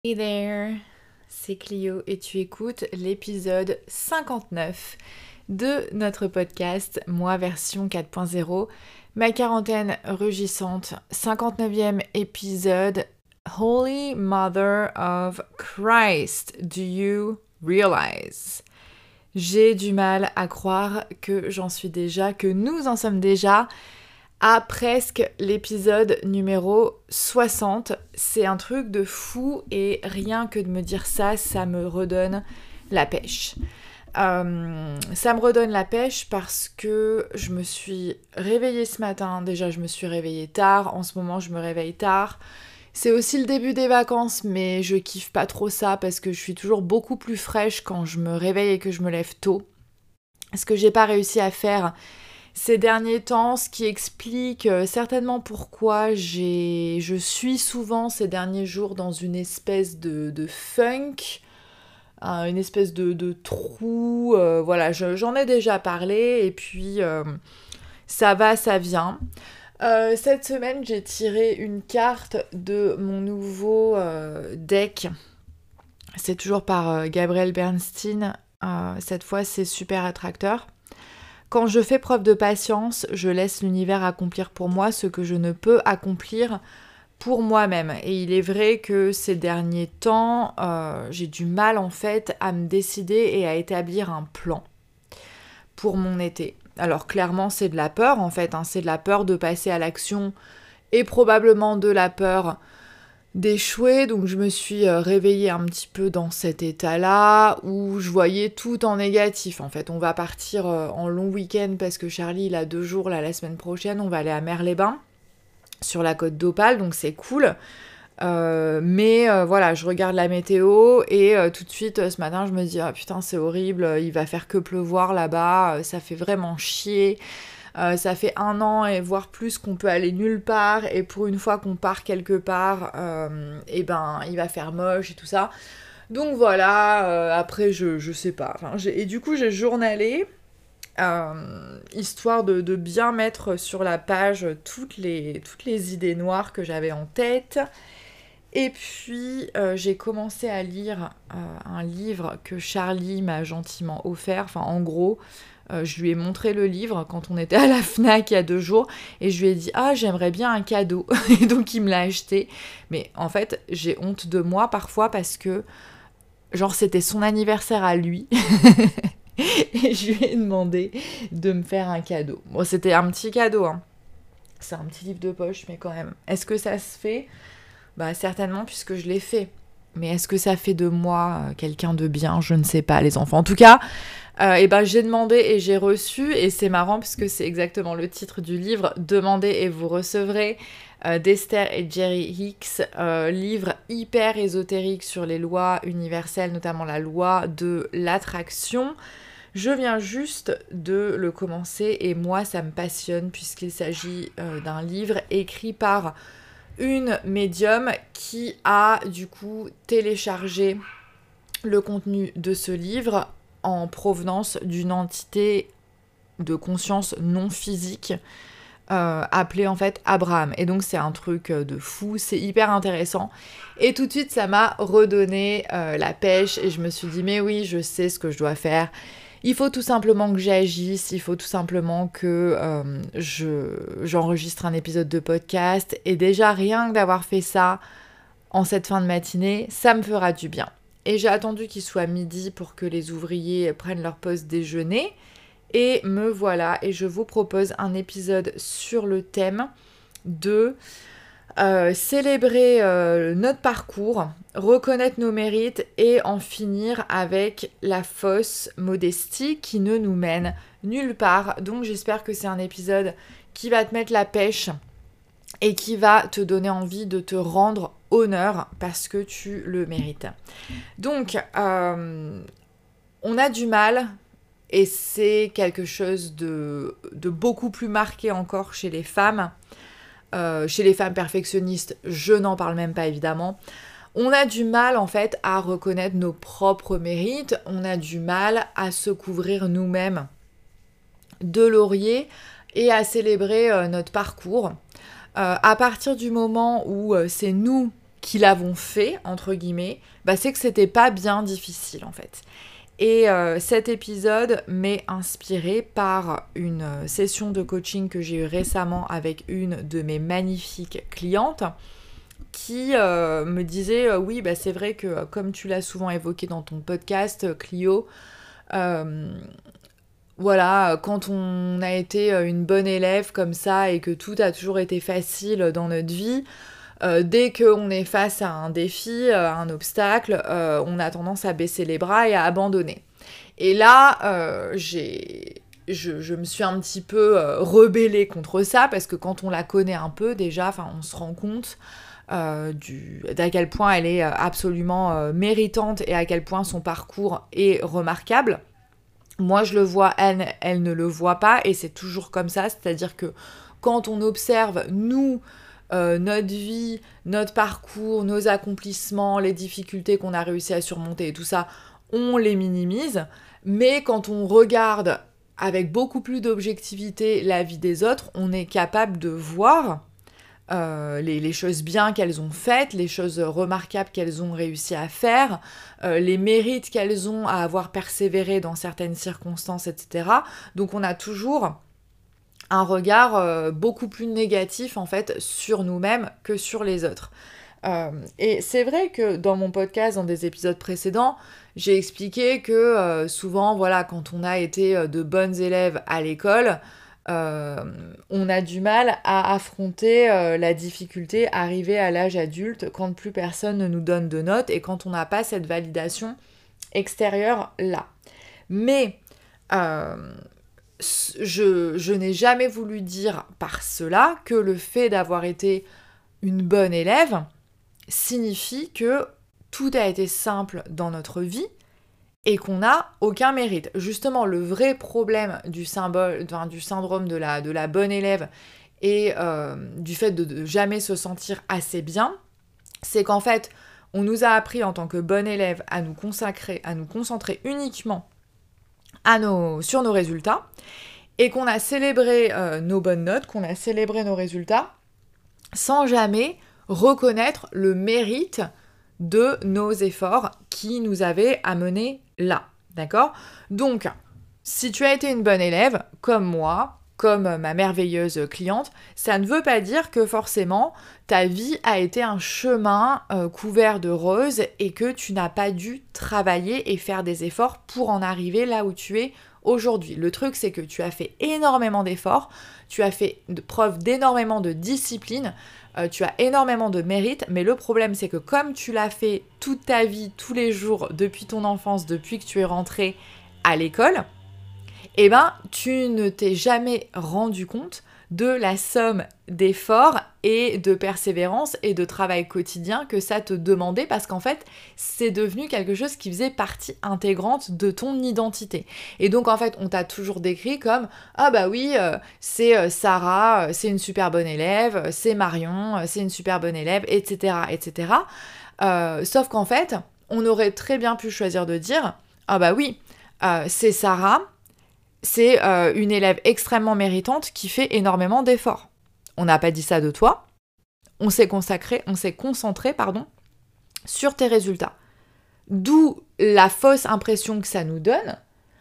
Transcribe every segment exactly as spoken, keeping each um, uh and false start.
Hey there, c'est Clio et tu écoutes l'épisode cinquante-neuf de notre podcast Moi version quatre point zéro, ma quarantaine rugissante, cinquante-neuvième épisode Holy Mother of Christ, do you realize? J'ai du mal à croire que j'en suis déjà, que nous en sommes déjà à presque l'épisode numéro soixante. C'est un truc de fou et rien que de me dire ça, ça me redonne la pêche. Euh, ça me redonne la pêche parce que je me suis réveillée ce matin. Déjà, je me suis réveillée tard. En ce moment, je me réveille tard. C'est aussi le début des vacances, mais je kiffe pas trop ça parce que je suis toujours beaucoup plus fraîche quand je me réveille et que je me lève tôt. Ce que j'ai pas réussi à faire ces derniers temps, ce qui explique certainement pourquoi j'ai, je suis souvent ces derniers jours dans une espèce de, de funk, euh, une espèce de, de trou, euh, voilà, je, j'en ai déjà parlé, et puis euh, ça va, ça vient. Euh, cette semaine, j'ai tiré une carte de mon nouveau euh, deck, c'est toujours par euh, Gabrielle Bernstein, euh, cette fois c'est Super Attracteur. Quand je fais preuve de patience, je laisse l'univers accomplir pour moi ce que je ne peux accomplir pour moi-même. Et il est vrai que ces derniers temps, euh, j'ai du mal en fait à me décider et à établir un plan pour mon été. Alors clairement c'est de la peur en fait, hein, c'est de la peur de passer à l'action et probablement de la peur d'échouer, donc je me suis réveillée un petit peu dans cet état-là où je voyais tout en négatif. En fait, on va partir en long week-end parce que Charlie il a deux jours là la semaine prochaine, on va aller à Merles-les-Bains sur la côte d'Opale, donc c'est cool. Euh, mais euh, voilà, je regarde la météo et euh, tout de suite euh, ce matin je me dis ah putain c'est horrible, il va faire que pleuvoir là-bas, euh, ça fait vraiment chier. Euh, ça fait un an et voire plus qu'on peut aller nulle part et pour une fois qu'on part quelque part, euh, et ben il va faire moche et tout ça. Donc voilà, euh, après je, je sais pas. Enfin, j'ai, et du coup j'ai journalé, euh, histoire de, de bien mettre sur la page toutes les, toutes les idées noires que j'avais en tête. Et puis euh, j'ai commencé à lire euh, un livre que Charlie m'a gentiment offert, enfin en gros. Euh, je lui ai montré le livre quand on était à la Fnac il y a deux jours et je lui ai dit « Ah, j'aimerais bien un cadeau !» Et donc il me l'a acheté. Mais en fait, j'ai honte de moi parfois parce que, genre, c'était son anniversaire à lui. Et je lui ai demandé de me faire un cadeau. Bon, c'était un petit cadeau, hein. C'est un petit livre de poche, mais quand même. Est-ce que ça se fait ? Bah certainement, puisque je l'ai fait. Mais est-ce que ça fait de moi euh, quelqu'un de bien ? Je ne sais pas, les enfants. En tout cas, euh, et ben, j'ai demandé et j'ai reçu. Et c'est marrant, puisque c'est exactement le titre du livre. « Demandez et vous recevrez euh, » d'Esther et Jerry Hicks. Euh, livre hyper ésotérique sur les lois universelles, notamment la loi de l'attraction. Je viens juste de le commencer et moi, ça me passionne, puisqu'il s'agit euh, d'un livre écrit par une médium qui a du coup téléchargé le contenu de ce livre en provenance d'une entité de conscience non physique euh, appelée en fait Abraham. Et donc c'est un truc de fou, c'est hyper intéressant. Et tout de suite ça m'a redonné euh, la pêche et je me suis dit mais oui, je sais ce que je dois faire. Il faut tout simplement que j'agisse, il faut tout simplement que euh, je, j'enregistre un épisode de podcast. Et déjà, rien que d'avoir fait ça en cette fin de matinée, ça me fera du bien. Et j'ai attendu qu'il soit midi pour que les ouvriers prennent leur pause déjeuner. Et me voilà, et je vous propose un épisode sur le thème de euh, célébrer euh, notre parcours, reconnaître nos mérites et en finir avec la fausse modestie qui ne nous mène nulle part. Donc j'espère que c'est un épisode qui va te mettre la pêche et qui va te donner envie de te rendre honneur parce que tu le mérites. Donc euh, on a du mal, et c'est quelque chose de, de beaucoup plus marqué encore chez les femmes. Euh, chez les femmes perfectionnistes, je n'en parle même pas évidemment. On a du mal en fait à reconnaître nos propres mérites, on a du mal à se couvrir nous-mêmes de lauriers et à célébrer euh, notre parcours. Euh, à partir du moment où euh, c'est nous qui l'avons fait, entre guillemets, bah, c'est que c'était pas bien difficile en fait. Et euh, cet épisode m'est inspiré par une euh, session de coaching que j'ai eue récemment avec une de mes magnifiques clientes qui euh, me disait euh, oui, bah, c'est vrai que euh, comme tu l'as souvent évoqué dans ton podcast, euh, Clio, euh, voilà, quand on a été une bonne élève comme ça et que tout a toujours été facile dans notre vie, euh, dès qu'on est face à un défi, à un obstacle, euh, on a tendance à baisser les bras et à abandonner. Et là, euh, j'ai... Je, je me suis un petit peu euh, rebellée contre ça parce que quand on la connaît un peu déjà, on se rend compte euh, du, d'à quel point elle est absolument euh, méritante et à quel point son parcours est remarquable. Moi, je le vois, elle, elle ne le voit pas, et c'est toujours comme ça, c'est-à-dire que quand on observe, nous, euh, notre vie, notre parcours, nos accomplissements, les difficultés qu'on a réussi à surmonter et tout ça, on les minimise, mais quand on regarde avec beaucoup plus d'objectivité la vie des autres, on est capable de voir Euh, les, les choses bien qu'elles ont faites, les choses remarquables qu'elles ont réussi à faire, euh, les mérites qu'elles ont à avoir persévéré dans certaines circonstances, et cetera. Donc on a toujours un regard euh, beaucoup plus négatif en fait sur nous-mêmes que sur les autres. Euh, et c'est vrai que dans mon podcast, dans des épisodes précédents, j'ai expliqué que euh, souvent, voilà, quand on a été de bonnes élèves à l'école, Euh, on a du mal à affronter euh, la difficulté arrivée à l'âge adulte quand plus personne ne nous donne de notes et quand on n'a pas cette validation extérieure là. Mais euh, je, je n'ai jamais voulu dire par cela que le fait d'avoir été une bonne élève signifie que tout a été simple dans notre vie et qu'on n'a aucun mérite. Justement, le vrai problème du, symbole, enfin, du syndrome de la, de la bonne élève et euh, du fait de, de jamais se sentir assez bien, c'est qu'en fait, on nous a appris en tant que bonne élève à nous consacrer, à nous concentrer uniquement à nos, sur nos résultats, et qu'on a célébré euh, nos bonnes notes, qu'on a célébré nos résultats, sans jamais reconnaître le mérite de nos efforts qui nous avaient amenés là, d'accord ? Donc, si tu as été une bonne élève, comme moi, comme ma merveilleuse cliente, ça ne veut pas dire que forcément ta vie a été un chemin euh, couvert de roses et que tu n'as pas dû travailler et faire des efforts pour en arriver là où tu es aujourd'hui. Le truc, c'est que tu as fait énormément d'efforts, tu as fait preuve d'énormément de discipline, euh, tu as énormément de mérite, mais le problème, c'est que comme tu l'as fait toute ta vie, tous les jours, depuis ton enfance, depuis que tu es rentré à l'école, eh ben, tu ne t'es jamais rendu compte de la somme d'efforts et de persévérance et de travail quotidien que ça te demandait, parce qu'en fait, c'est devenu quelque chose qui faisait partie intégrante de ton identité. Et donc, en fait, on t'a toujours décrit comme « Ah bah oui, euh, c'est euh, Sarah, euh, c'est une super bonne élève, c'est Marion, euh, c'est une super bonne élève, et cetera et cetera. Euh, sauf qu'en fait, on aurait très bien pu choisir de dire « Ah bah oui, euh, c'est Sarah, c'est euh, une élève extrêmement méritante qui fait énormément d'efforts. » On n'a pas dit ça de toi. On s'est consacré, on s'est concentré, pardon, sur tes résultats. D'où la fausse impression que ça nous donne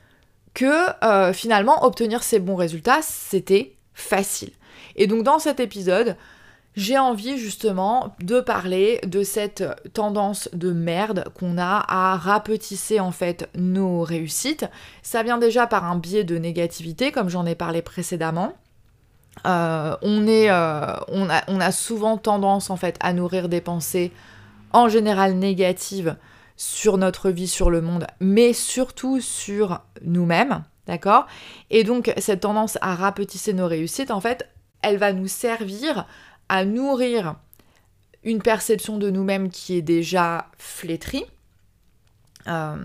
que euh, finalement obtenir ces bons résultats, c'était facile. Et donc dans cet épisode, j'ai envie justement de parler de cette tendance de merde qu'on a à rapetisser en fait nos réussites. Ça vient déjà par un biais de négativité, comme j'en ai parlé précédemment. Euh, on, est, euh, on, a, on a souvent tendance en fait à nourrir des pensées en général négatives sur notre vie, sur le monde, mais surtout sur nous-mêmes, d'accord ? Et donc cette tendance à rapetisser nos réussites, en fait, elle va nous servir à nourrir une perception de nous-mêmes qui est déjà flétrie euh,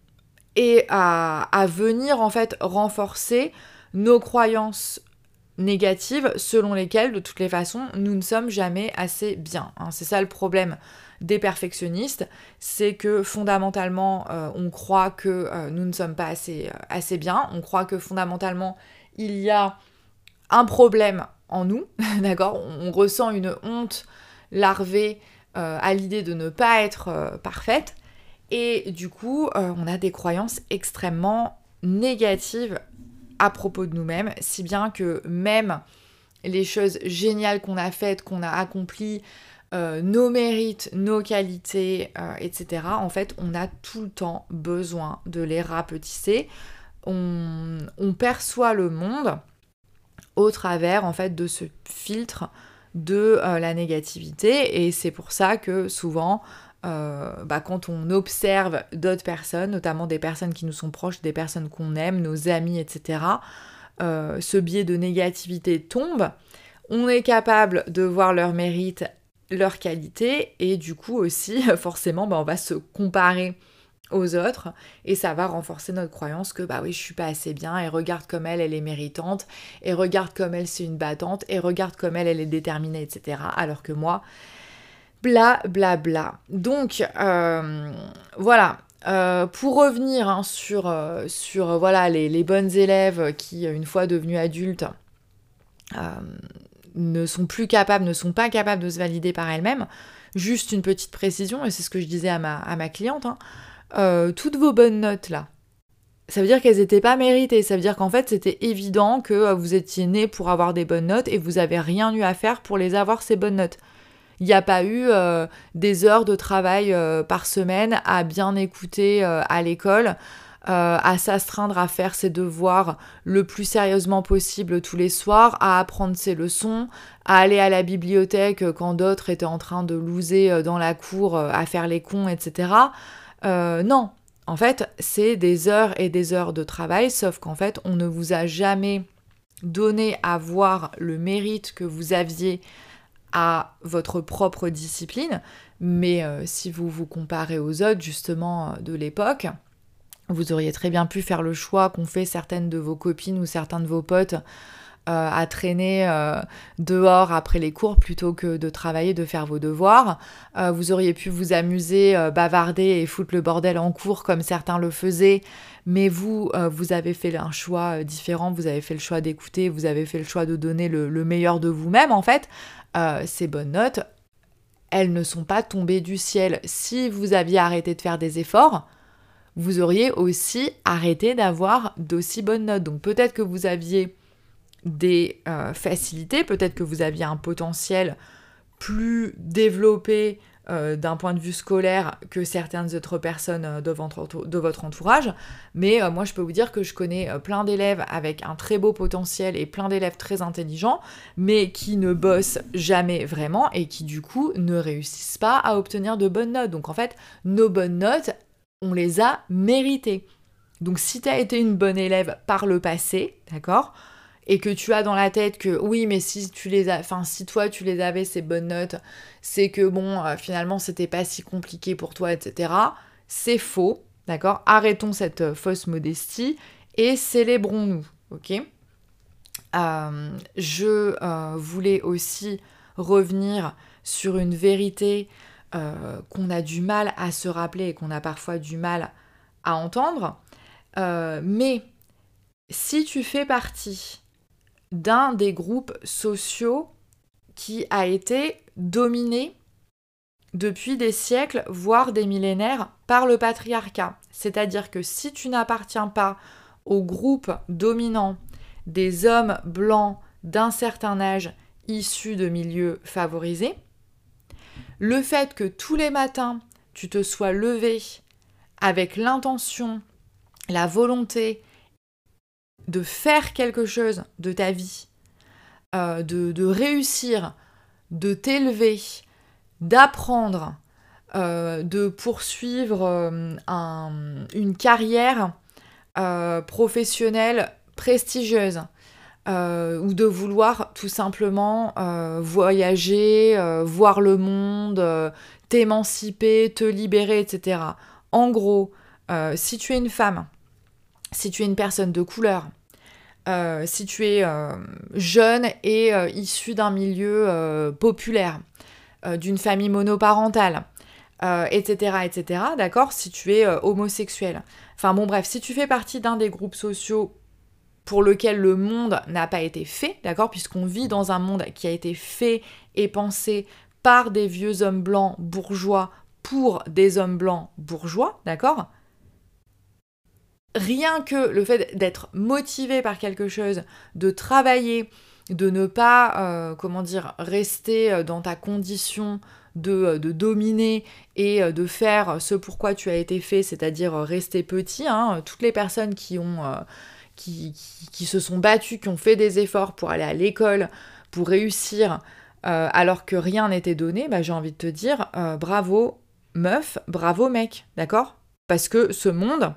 et à, à venir en fait renforcer nos croyances négatives selon lesquelles de toutes les façons nous ne sommes jamais assez bien, hein. C'est ça le problème des perfectionnistes, c'est que fondamentalement euh, on croit que euh, nous ne sommes pas assez, euh, assez bien, on croit que fondamentalement il y a un problème en nous, d'accord ? On ressent une honte larvée euh, à l'idée de ne pas être euh, parfaite. Et du coup, euh, on a des croyances extrêmement négatives à propos de nous-mêmes, si bien que même les choses géniales qu'on a faites, qu'on a accomplies, euh, nos mérites, nos qualités, euh, et cetera, en fait, on a tout le temps besoin de les rapetisser. On, on perçoit le monde au travers, en fait, de ce filtre de euh, la négativité. Et c'est pour ça que souvent, euh, bah, quand on observe d'autres personnes, notamment des personnes qui nous sont proches, des personnes qu'on aime, nos amis, et cetera, euh, ce biais de négativité tombe. On est capable de voir leurs mérites, leurs qualités, et du coup aussi, forcément, bah, on va se comparer aux autres, et ça va renforcer notre croyance que bah oui, je suis pas assez bien, et regarde comme elle, elle est méritante, et regarde comme elle, c'est une battante, et regarde comme elle, elle est déterminée, et cetera. Alors que moi, bla bla bla. Donc, euh, voilà. Euh, pour revenir hein, sur, euh, sur euh, voilà, les, les bonnes élèves qui, une fois devenues adultes, euh, ne sont plus capables, ne sont pas capables de se valider par elles-mêmes, juste une petite précision, et c'est ce que je disais à ma, à ma cliente, hein, euh, toutes vos bonnes notes là, ça veut dire qu'elles n'étaient pas méritées, ça veut dire qu'en fait c'était évident que vous étiez né pour avoir des bonnes notes et vous n'avez rien eu à faire pour les avoir ces bonnes notes. Il n'y a pas eu euh, des heures de travail euh, par semaine à bien écouter euh, à l'école, euh, à s'astreindre à faire ses devoirs le plus sérieusement possible tous les soirs, à apprendre ses leçons, à aller à la bibliothèque quand d'autres étaient en train de louser dans la cour euh, à faire les cons, et cetera. Euh, non, en fait, c'est des heures et des heures de travail, sauf qu'en fait, on ne vous a jamais donné à voir le mérite que vous aviez à votre propre discipline, mais euh, si vous vous comparez aux autres, justement, de l'époque, vous auriez très bien pu faire le choix qu'ont fait certaines de vos copines ou certains de vos potes euh, à traîner euh, dehors après les cours plutôt que de travailler, de faire vos devoirs. Euh, vous auriez pu vous amuser, euh, bavarder et foutre le bordel en cours comme certains le faisaient, mais vous, euh, vous avez fait un choix différent, vous avez fait le choix d'écouter, vous avez fait le choix de donner le, le meilleur de vous-même en fait. Euh, ces bonnes notes, elles ne sont pas tombées du ciel. Si vous aviez arrêté de faire des efforts, vous auriez aussi arrêté d'avoir d'aussi bonnes notes. Donc peut-être que vous aviez des euh, facilités, peut-être que vous aviez un potentiel plus développé euh, d'un point de vue scolaire que certaines autres personnes euh, de, votre, de votre entourage, mais euh, moi je peux vous dire que je connais euh, plein d'élèves avec un très beau potentiel et plein d'élèves très intelligents, mais qui ne bossent jamais vraiment et qui du coup ne réussissent pas à obtenir de bonnes notes. Donc en fait, nos bonnes notes, on les a méritées. Donc si tu as été une bonne élève par le passé, d'accord, et que tu as dans la tête que oui, mais si tu les as, enfin si toi tu les avais ces bonnes notes, c'est que bon, euh, finalement c'était pas si compliqué pour toi, et cetera. C'est faux, d'accord. Arrêtons cette euh, fausse modestie et célébrons-nous, ok. Euh, je euh, voulais aussi revenir sur une vérité euh, qu'on a du mal à se rappeler et qu'on a parfois du mal à entendre. Euh, mais si tu fais partie d'un des groupes sociaux qui a été dominé depuis des siècles, voire des millénaires, par le patriarcat. C'est-à-dire que si tu n'appartiens pas au groupe dominant des hommes blancs d'un certain âge issus de milieux favorisés, le fait que tous les matins, tu te sois levé avec l'intention, la volonté de faire quelque chose de ta vie, euh, de, de réussir, de t'élever, d'apprendre, euh, de poursuivre euh, un, une carrière euh, professionnelle prestigieuse, euh, ou de vouloir tout simplement euh, voyager, euh, voir le monde, euh, t'émanciper, te libérer, et cetera. En gros, euh, si tu es une femme, si tu es une personne de couleur, euh, si tu es euh, jeune et euh, issu d'un milieu euh, populaire, euh, d'une famille monoparentale, euh, et cetera, et cetera, d'accord, si tu es euh, homosexuel. Enfin bon bref, si tu fais partie d'un des groupes sociaux pour lequel le monde n'a pas été fait, d'accord, puisqu'on vit dans un monde qui a été fait et pensé par des vieux hommes blancs bourgeois pour des hommes blancs bourgeois, d'accord ? Rien que le fait d'être motivé par quelque chose, de travailler, de ne pas, euh, comment dire, rester dans ta condition de, de dominer et de faire ce pourquoi tu as été fait, c'est-à-dire rester petit, hein, toutes les personnes qui ont... Euh, Qui, qui, qui se sont battus, qui ont fait des efforts pour aller à l'école, pour réussir, euh, alors que rien n'était donné, bah, j'ai envie de te dire, euh, bravo meuf, bravo mec, d'accord ? Parce que ce monde,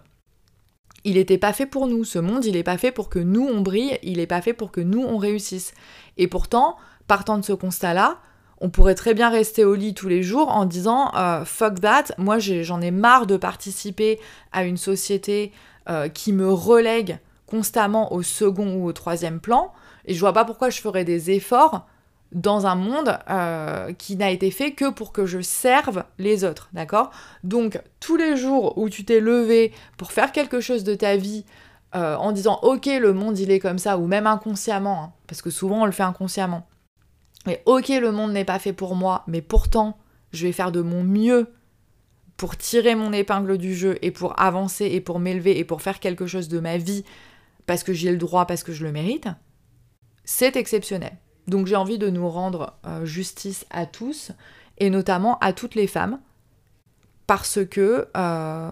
il n'était pas fait pour nous. Ce monde, il n'est pas fait pour que nous, on brille, il n'est pas fait pour que nous, on réussisse. Et pourtant, partant de ce constat-là, on pourrait très bien rester au lit tous les jours en disant euh, « fuck that, moi j'ai, j'en ai marre de participer à une société euh, qui me relègue constamment au second ou au troisième plan, et je vois pas pourquoi je ferais des efforts dans un monde euh, qui n'a été fait que pour que je serve les autres, d'accord ? Donc, tous les jours où tu t'es levé pour faire quelque chose de ta vie, euh, en disant « ok, le monde, il est comme ça », ou même inconsciemment, hein, parce que souvent, on le fait inconsciemment, mais « ok, le monde n'est pas fait pour moi, mais pourtant, je vais faire de mon mieux pour tirer mon épingle du jeu et pour avancer et pour m'élever et pour faire quelque chose de ma vie parce que j'ai le droit, parce que je le mérite », c'est exceptionnel. Donc j'ai envie de nous rendre euh, justice à tous, et notamment à toutes les femmes, parce que, euh,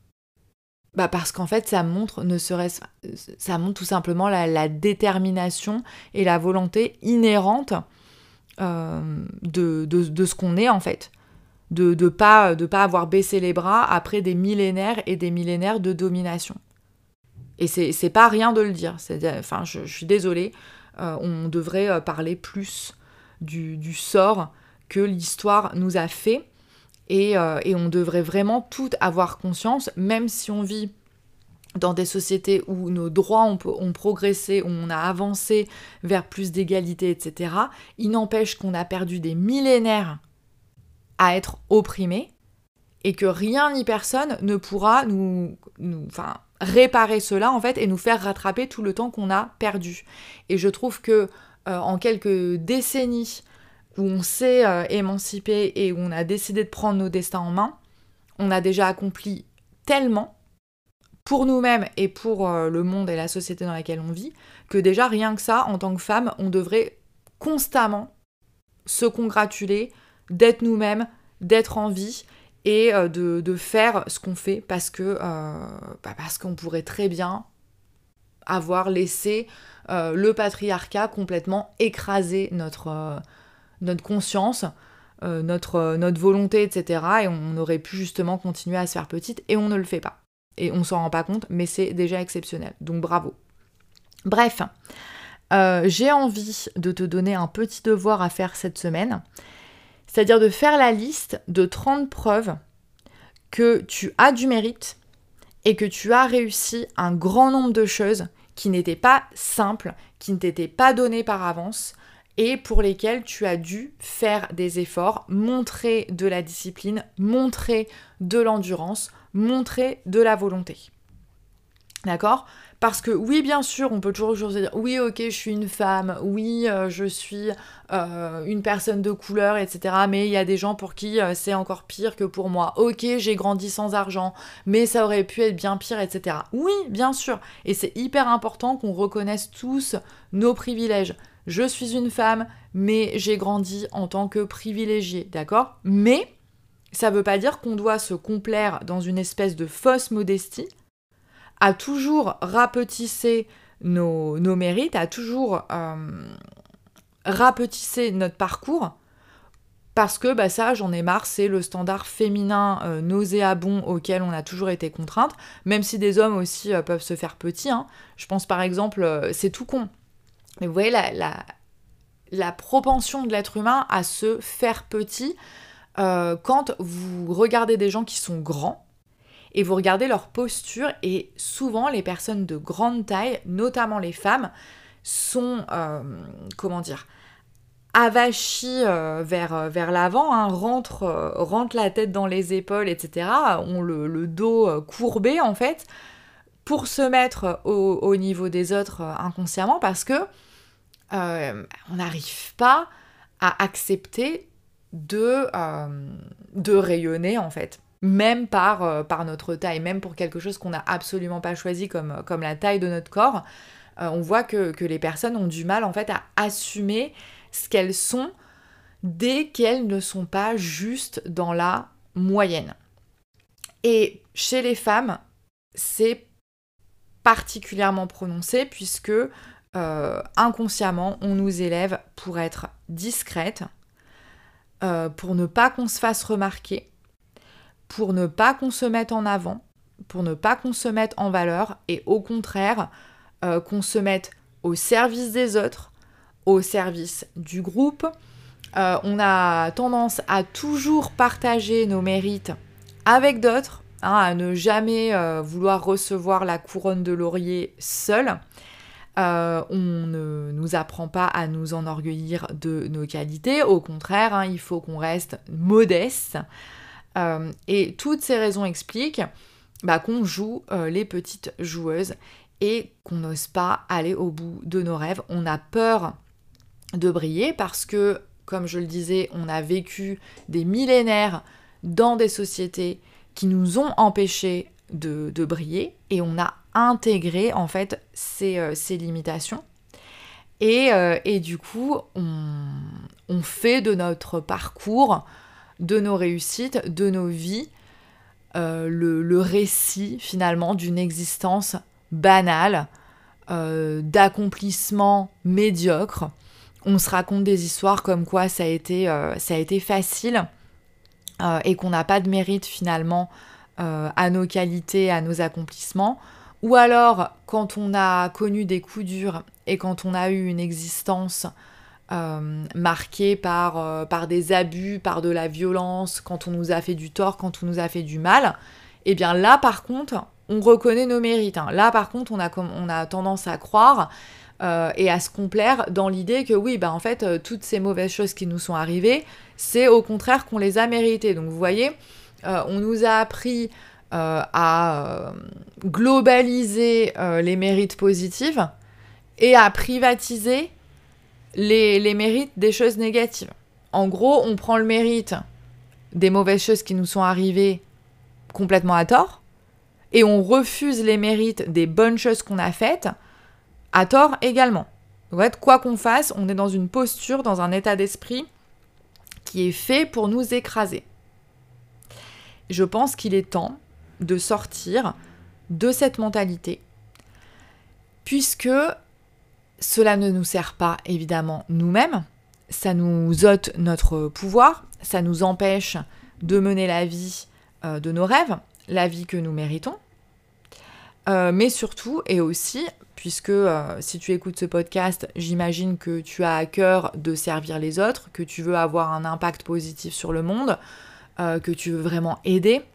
bah parce qu'en fait ça montre, ne serait-ce, ça montre tout simplement la, la détermination et la volonté inhérente euh, de, de, de ce qu'on est en fait. De ne pas, de pas avoir baissé les bras après des millénaires et des millénaires de domination. Et c'est, c'est pas rien de le dire. C'est, enfin, je, je suis désolée. Euh, on devrait parler plus du, du sort que l'histoire nous a fait. Et, euh, et on devrait vraiment toutes avoir conscience, même si on vit dans des sociétés où nos droits ont, ont progressé, où on a avancé vers plus d'égalité, et cetera. Il n'empêche qu'on a perdu des millénaires à être opprimés et que rien ni personne ne pourra nous... nous enfin, réparer cela en fait et nous faire rattraper tout le temps qu'on a perdu. Et je trouve que euh, en quelques décennies où on s'est euh, émancipé et où on a décidé de prendre nos destins en main, on a déjà accompli tellement pour nous-mêmes et pour euh, le monde et la société dans laquelle on vit, que déjà rien que ça, en tant que femme, on devrait constamment se congratuler d'être nous-mêmes, d'être en vie et euh, de, de faire ce qu'on fait parce que euh, bah parce qu'on pourrait très bien avoir laissé euh, le patriarcat complètement écraser notre, euh, notre conscience, euh, notre, euh, notre volonté, et cetera. Et on aurait pu justement continuer à se faire petite et on ne le fait pas. Et on s'en rend pas compte, mais c'est déjà exceptionnel. Donc bravo. Bref, euh, j'ai envie de te donner un petit devoir à faire cette semaine. C'est-à-dire de faire la liste de trente preuves que tu as du mérite et que tu as réussi un grand nombre de choses qui n'étaient pas simples, qui ne t'étaient pas données par avance et pour lesquelles tu as dû faire des efforts, montrer de la discipline, montrer de l'endurance, montrer de la volonté. D'accord ? Parce que oui, bien sûr, on peut toujours, toujours se dire « oui, ok, je suis une femme, oui, euh, je suis euh, une personne de couleur, et cetera. Mais il y a des gens pour qui euh, c'est encore pire que pour moi. Ok, j'ai grandi sans argent, mais ça aurait pu être bien pire, et cetera. » Oui, bien sûr. Et c'est hyper important qu'on reconnaisse tous nos privilèges. Je suis une femme, mais j'ai grandi en tant que privilégiée, d'accord ? Mais ça ne veut pas dire qu'on doit se complaire dans une espèce de fausse modestie, à toujours rapetisser nos, nos mérites, à toujours euh, rapetisser notre parcours, parce que bah, ça, j'en ai marre, c'est le standard féminin euh, nauséabond auquel on a toujours été contrainte, même si des hommes aussi euh, peuvent se faire petits. Hein. Je pense par exemple, euh, c'est tout con, mais vous voyez la, la, la propension de l'être humain à se faire petit euh, quand vous regardez des gens qui sont grands, et vous regardez leur posture, et souvent les personnes de grande taille, notamment les femmes, sont, euh, comment dire, avachies euh, vers, vers l'avant, hein, rentrent, euh, rentrent la tête dans les épaules, et cetera, ont le, le dos courbé en fait, pour se mettre au, au niveau des autres euh, inconsciemment, parce que euh, on n'arrive pas à accepter de, euh, de rayonner en fait. Même par, euh, par notre taille, même pour quelque chose qu'on n'a absolument pas choisi comme, comme la taille de notre corps, euh, on voit que, que les personnes ont du mal en fait à assumer ce qu'elles sont dès qu'elles ne sont pas juste dans la moyenne. Et chez les femmes, c'est particulièrement prononcé puisque euh, inconsciemment, on nous élève pour être discrète, euh, pour ne pas qu'on se fasse remarquer, pour ne pas qu'on se mette en avant, pour ne pas qu'on se mette en valeur et au contraire, euh, qu'on se mette au service des autres, au service du groupe. Euh, on a tendance à toujours partager nos mérites avec d'autres, hein, à ne jamais euh, vouloir recevoir la couronne de laurier seul. Euh, on ne nous apprend pas à nous enorgueillir de nos qualités, au contraire, hein, il faut qu'on reste modeste. Euh, et toutes ces raisons expliquent bah, qu'on joue euh, les petites joueuses et qu'on n'ose pas aller au bout de nos rêves. On a peur de briller parce que, comme je le disais, on a vécu des millénaires dans des sociétés qui nous ont empêchés de, de briller et on a intégré en fait ces, euh, ces limitations. Et, euh, et du coup, on, on fait de notre parcours, de nos réussites, de nos vies, euh, le, le récit finalement d'une existence banale, euh, d'accomplissement médiocre. On se raconte des histoires comme quoi ça a été, euh, ça a été facile euh, et qu'on n'a pas de mérite finalement euh, à nos qualités, à nos accomplissements. Ou alors, quand on a connu des coups durs et quand on a eu une existence euh, marquée par, euh, par des abus, par de la violence, quand on nous a fait du tort, quand on nous a fait du mal, eh bien là, par contre, on reconnaît nos mérites. Hein. Là, par contre, on a, on a tendance à croire euh, et à se complaire dans l'idée que oui, bah, en fait, euh, toutes ces mauvaises choses qui nous sont arrivées, c'est au contraire qu'on les a méritées. Donc, vous voyez, euh, on nous a appris Euh, à euh, globaliser euh, les mérites positifs et à privatiser les, les mérites des choses négatives. En gros, on prend le mérite des mauvaises choses qui nous sont arrivées complètement à tort et on refuse les mérites des bonnes choses qu'on a faites à tort également. En fait, quoi qu'on fasse, on est dans une posture, dans un état d'esprit qui est fait pour nous écraser. Je pense qu'il est temps de sortir de cette mentalité, puisque cela ne nous sert pas évidemment nous-mêmes, ça nous ôte notre pouvoir, ça nous empêche de mener la vie euh, de nos rêves, la vie que nous méritons, euh, mais surtout et aussi, puisque euh, si tu écoutes ce podcast, j'imagine que tu as à cœur de servir les autres, que tu veux avoir un impact positif sur le monde, euh, que tu veux vraiment aider.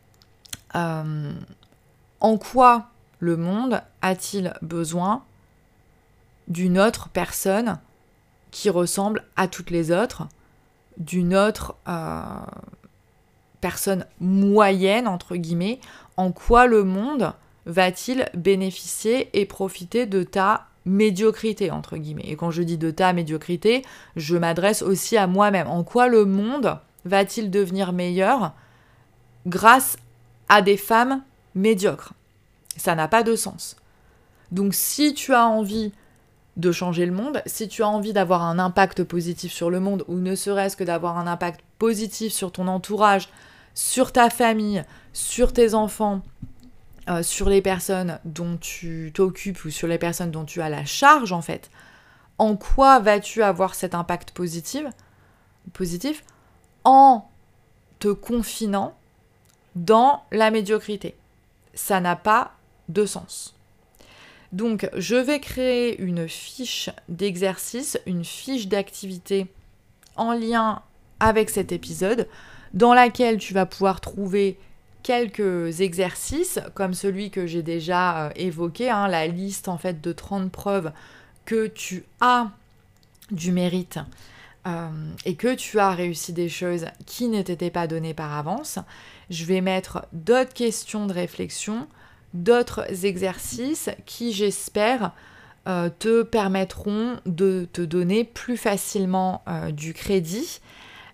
Euh, en quoi le monde a-t-il besoin d'une autre personne qui ressemble à toutes les autres, d'une autre euh, personne moyenne, entre guillemets? En quoi le monde va-t-il bénéficier et profiter de ta médiocrité, entre guillemets? Et quand je dis de ta médiocrité, je m'adresse aussi à moi-même. En quoi le monde va-t-il devenir meilleur grâce à des femmes médiocres? Ça n'a pas de sens. Donc si tu as envie de changer le monde, si tu as envie d'avoir un impact positif sur le monde, ou ne serait-ce que d'avoir un impact positif sur ton entourage, sur ta famille, sur tes enfants, euh, sur les personnes dont tu t'occupes ou sur les personnes dont tu as la charge en fait, en quoi vas-tu avoir cet impact positif, positif en te confinant dans la médiocrité? Ça n'a pas de sens. Donc, je vais créer une fiche d'exercice, une fiche d'activité en lien avec cet épisode, dans laquelle tu vas pouvoir trouver quelques exercices, comme celui que j'ai déjà euh, évoqué, hein, la liste en fait de trente preuves que tu as du mérite euh, et que tu as réussi des choses qui ne t'étaient pas données par avance. Je vais mettre d'autres questions de réflexion, d'autres exercices qui, j'espère, euh, te permettront de te donner plus facilement euh, du crédit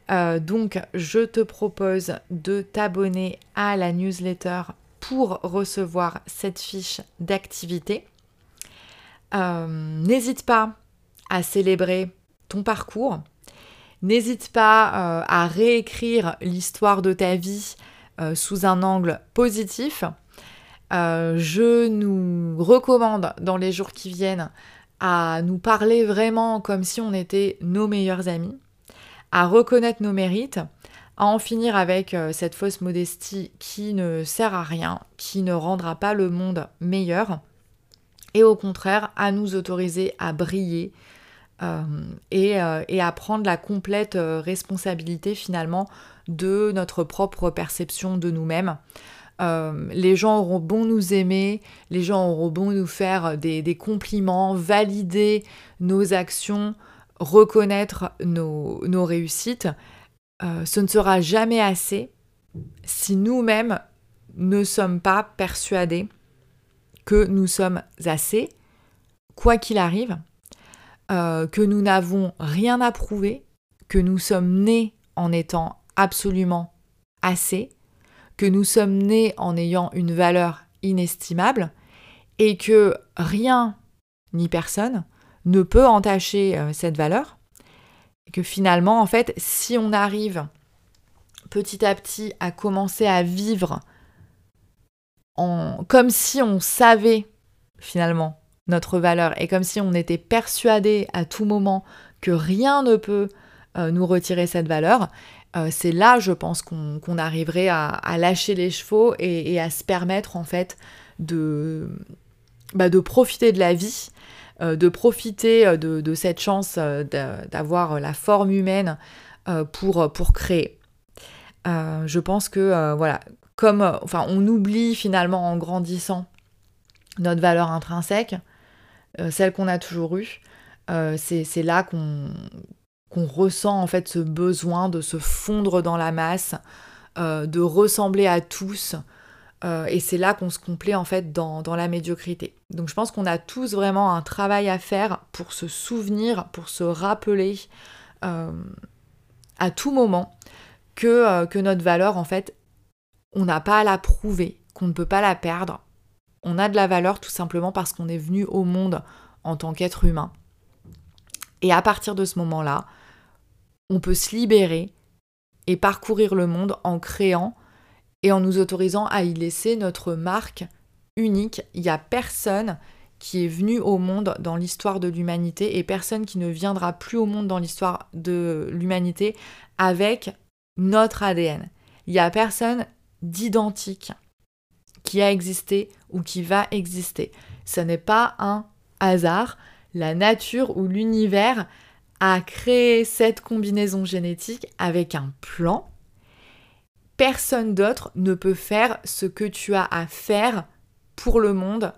Euh, donc, je te propose de t'abonner à la newsletter pour recevoir cette fiche d'activité. Euh, n'hésite pas à célébrer ton parcours. N'hésite pas euh, à réécrire l'histoire de ta vie euh, sous un angle positif. Euh, je nous recommande dans les jours qui viennent à nous parler vraiment comme si on était nos meilleurs amis, à reconnaître nos mérites, à en finir avec euh, cette fausse modestie qui ne sert à rien, qui ne rendra pas le monde meilleur, et au contraire à nous autoriser à briller euh, et, euh, et à prendre la complète euh, responsabilité finalement de notre propre perception de nous-mêmes. Euh, les gens auront beau nous aimer, les gens auront beau nous faire des, des compliments, valider nos actions, reconnaître nos, nos réussites, euh, ce ne sera jamais assez si nous-mêmes ne sommes pas persuadés que nous sommes assez, quoi qu'il arrive, euh, que nous n'avons rien à prouver, que nous sommes nés en étant absolument assez, que nous sommes nés en ayant une valeur inestimable et que rien ni personne ne peut entacher euh, cette valeur. Et que finalement, en fait, si on arrive petit à petit à commencer à vivre en... comme si on savait finalement notre valeur et comme si on était persuadé à tout moment que rien ne peut euh, nous retirer cette valeur, Euh, c'est là, je pense, qu'on, qu'on arriverait à, à lâcher les chevaux et, et à se permettre, en fait, de, bah, de profiter de la vie, euh, de profiter de, de cette chance euh, d'avoir la forme humaine euh, pour, pour créer. Euh, je pense que, euh, voilà, comme euh, enfin, on oublie finalement en grandissant notre valeur intrinsèque, euh, celle qu'on a toujours eue, euh, c'est, c'est là qu'on... qu'on ressent en fait ce besoin de se fondre dans la masse, euh, de ressembler à tous, euh, et c'est là qu'on se complaît en fait dans, dans la médiocrité. Donc je pense qu'on a tous vraiment un travail à faire pour se souvenir, pour se rappeler euh, à tout moment que, euh, que notre valeur en fait, on n'a pas à la prouver, qu'on ne peut pas la perdre. On a de la valeur tout simplement parce qu'on est venu au monde en tant qu'être humain. Et à partir de ce moment-là, on peut se libérer et parcourir le monde en créant et en nous autorisant à y laisser notre marque unique. Il n'y a personne qui est venu au monde dans l'histoire de l'humanité et personne qui ne viendra plus au monde dans l'histoire de l'humanité avec notre A D N. Il n'y a personne d'identique qui a existé ou qui va exister. Ce n'est pas un hasard. La nature ou l'univers a créé cette combinaison génétique avec un plan. Personne d'autre ne peut faire ce que tu as à faire pour le monde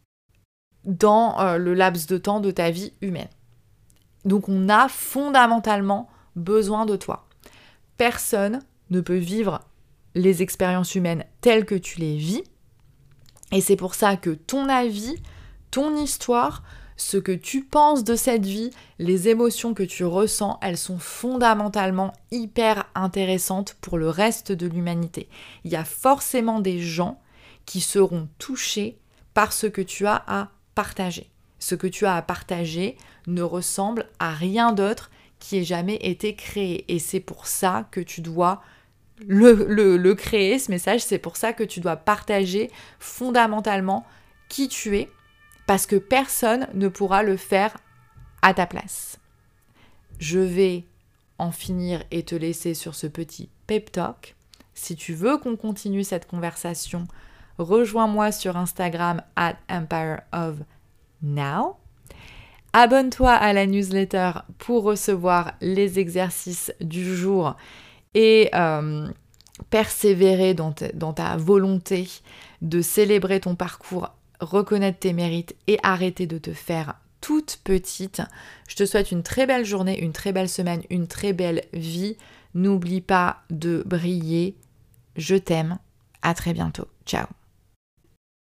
dans euh, le laps de temps de ta vie humaine. Donc on a fondamentalement besoin de toi. Personne ne peut vivre les expériences humaines telles que tu les vis. Et c'est pour ça que ton avis, ton histoire, ce que tu penses de cette vie, les émotions que tu ressens, elles sont fondamentalement hyper intéressantes pour le reste de l'humanité. Il y a forcément des gens qui seront touchés par ce que tu as à partager. Ce que tu as à partager ne ressemble à rien d'autre qui ait jamais été créé. Et c'est pour ça que tu dois le, le, le créer, ce message. C'est pour ça que tu dois partager fondamentalement qui tu es, parce que personne ne pourra le faire à ta place. Je vais en finir et te laisser sur ce petit pep talk. Si tu veux qu'on continue cette conversation, rejoins-moi sur Instagram at empire of now. Abonne-toi à la newsletter pour recevoir les exercices du jour et euh, persévérer dans, te, dans ta volonté de célébrer ton parcours, reconnaître tes mérites et arrêter de te faire toute petite. Je te souhaite une très belle journée, une très belle semaine, une très belle vie. N'oublie pas de briller. Je t'aime. À très bientôt. Ciao.